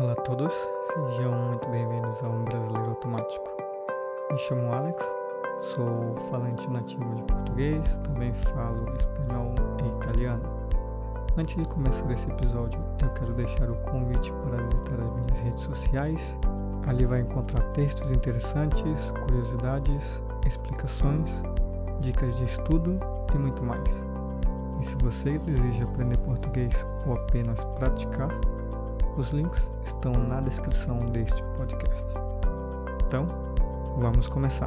Olá a todos, sejam muito bem-vindos a Um Brasileiro Automático. Me chamo Alex, sou falante nativo de português, também falo espanhol e italiano. Antes de começar esse episódio, eu quero deixar o convite para visitar as minhas redes sociais. Ali vai encontrar textos interessantes, curiosidades, explicações, dicas de estudo e muito mais. E se você deseja aprender português ou apenas praticar, os links estão na descrição deste podcast. Então, vamos começar.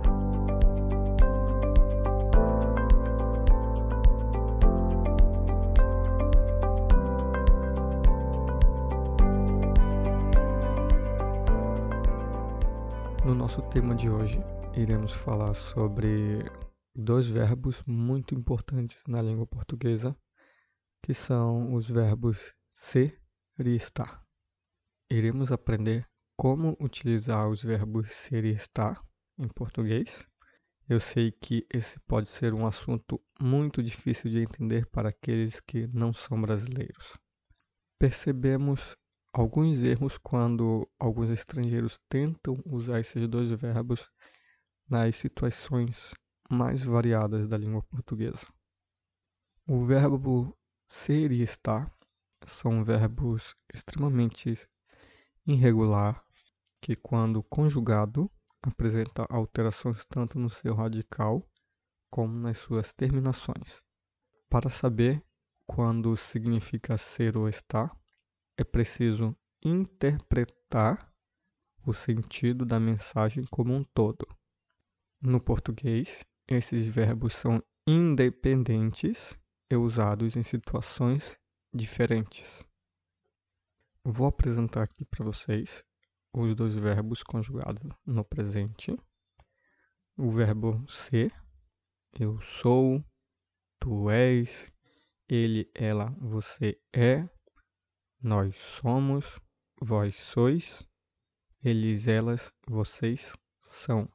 No nosso tema de hoje, iremos falar sobre dois verbos muito importantes na língua portuguesa, que são os verbos ser e estar. Iremos aprender como utilizar os verbos ser e estar em português. Eu sei que esse pode ser um assunto muito difícil de entender para aqueles que não são brasileiros. Percebemos alguns erros quando alguns estrangeiros tentam usar esses dois verbos nas situações mais variadas da língua portuguesa. O verbo ser e estar são verbos extremamente irregular, que quando conjugado apresenta alterações tanto no seu radical como nas suas terminações. Para saber quando significa ser ou estar, é preciso interpretar o sentido da mensagem como um todo. No português, esses verbos são independentes e usados em situações diferentes. Vou apresentar aqui para vocês os dois verbos conjugados no presente. O verbo ser, eu sou, tu és, ele, ela, você é, nós somos, vós sois, eles, elas, vocês são.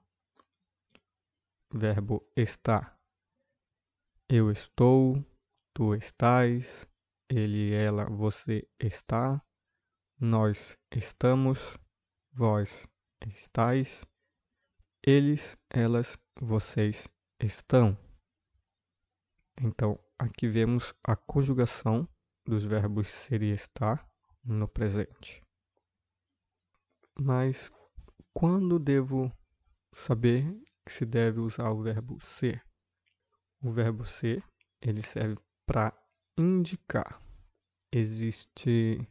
Verbo estar, eu estou, tu estás, ele, ela, você está, nós estamos, vós estáis, eles, elas, vocês estão. Então, aqui vemos a conjugação dos verbos ser e estar no presente. Mas quando devo saber que se deve usar o verbo ser? O verbo ser, ele serve para indicar. Existem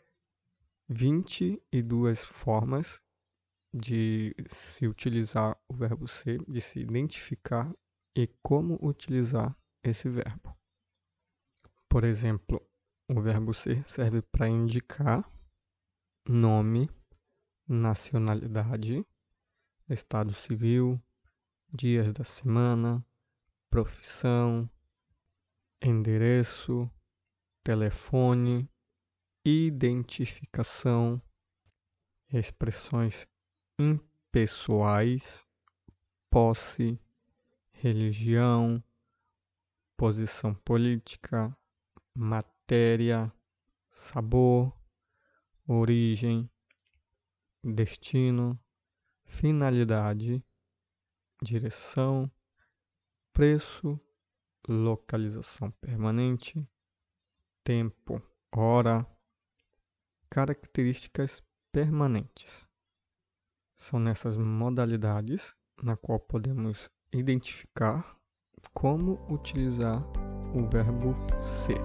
22 formas de se utilizar o verbo ser, de se identificar e como utilizar esse verbo. Por exemplo, o verbo ser serve para indicar nome, nacionalidade, estado civil, dias da semana, profissão, endereço, telefone, identificação, expressões impessoais, posse, religião, posição política, matéria, sabor, origem, destino, finalidade, direção, preço, localização permanente, tempo, hora, características permanentes. São nessas modalidades na qual podemos identificar como utilizar o verbo ser.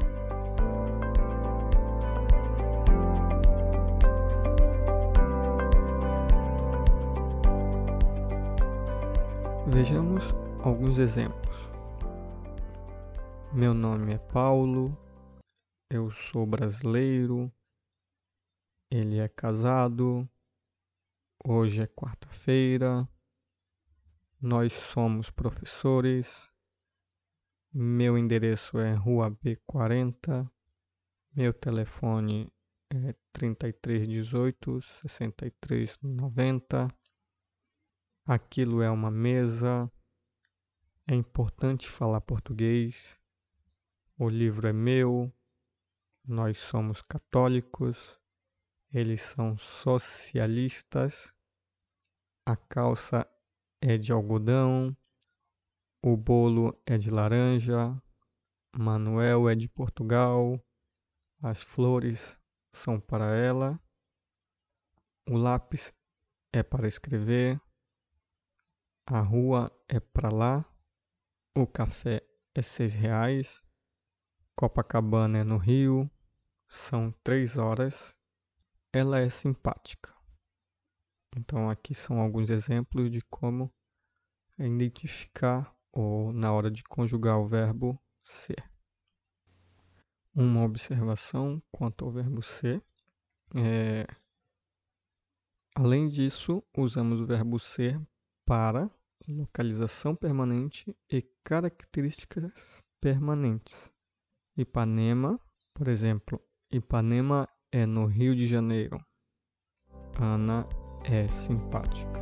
Vejamos alguns exemplos. Meu nome é Paulo, eu sou brasileiro, ele é casado, hoje é quarta-feira, nós somos professores, meu endereço é Rua B40, meu telefone é 3318 6390, aquilo é uma mesa, é importante falar português, o livro é meu, nós somos católicos, eles são socialistas. A calça é de algodão. O bolo é de laranja. Manuel é de Portugal. As flores são para ela. O lápis é para escrever. A rua é para lá. O café é R$6. Copacabana é no Rio. São 3 horas. Ela é simpática. Então aqui são alguns exemplos de como identificar ou na hora de conjugar o verbo ser. Uma observação quanto ao verbo ser. Além disso, usamos o verbo ser para localização permanente e características permanentes. Ipanema, por exemplo, Ipanema é no Rio de Janeiro. Ana é simpática.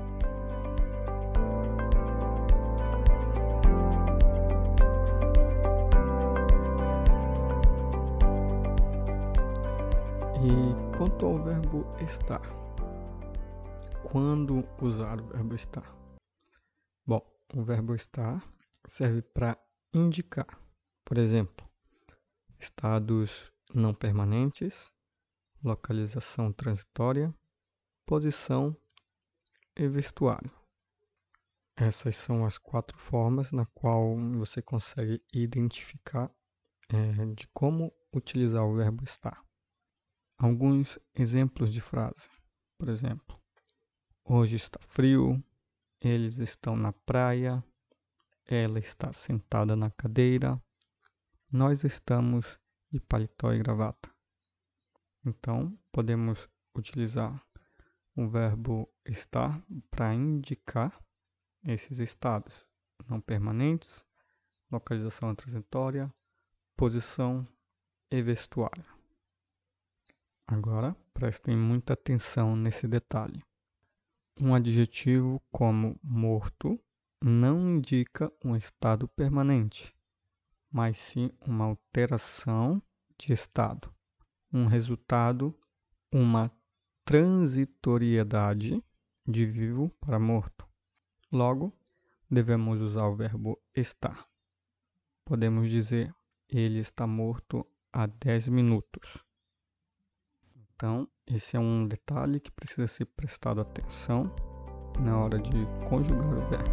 E quanto ao verbo estar? Quando usar o verbo estar? Bom, o verbo estar serve para indicar, por exemplo, estados não permanentes, localização transitória, posição e vestuário. Essas são as 4 formas na qual você consegue identificar de como utilizar o verbo estar. Alguns exemplos de frase, por exemplo, hoje está frio, eles estão na praia, ela está sentada na cadeira, nós estamos de paletó e gravata. Então, podemos utilizar o verbo estar para indicar esses estados não permanentes, localização transitória, posição e vestuário. Agora, prestem muita atenção nesse detalhe. Um adjetivo como morto não indica um estado permanente, mas sim uma alteração de estado, um resultado, uma transitoriedade de vivo para morto. Logo, devemos usar o verbo estar. Podemos dizer, ele está morto há 10 minutos. Então, esse é um detalhe que precisa ser prestado atenção na hora de conjugar o verbo.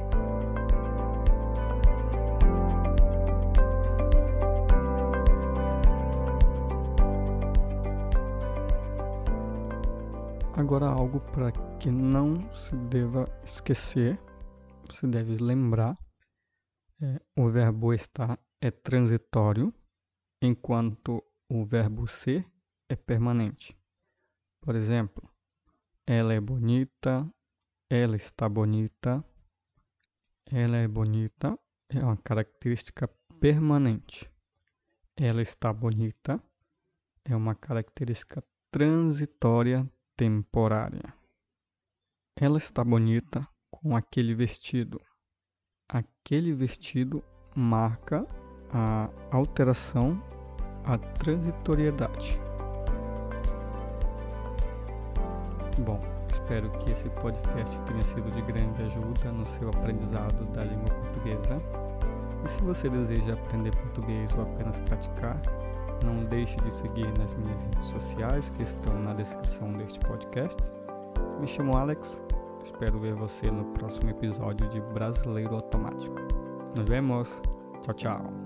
Agora, algo para que não se deva esquecer, se deve lembrar, o verbo estar é transitório, enquanto o verbo ser é permanente. Por exemplo, ela é bonita, ela está bonita. Ela é bonita é uma característica permanente. Ela está bonita é uma característica transitória temporária. Ela está bonita com aquele vestido. Aquele vestido marca a alteração, a transitoriedade. Bom, espero que esse podcast tenha sido de grande ajuda no seu aprendizado da língua portuguesa. E se você deseja aprender português ou apenas praticar, não deixe de seguir nas minhas redes sociais que estão na descrição deste podcast. Me chamo Alex, espero ver você no próximo episódio de Brasileiro Automático. Nos vemos, tchau, tchau.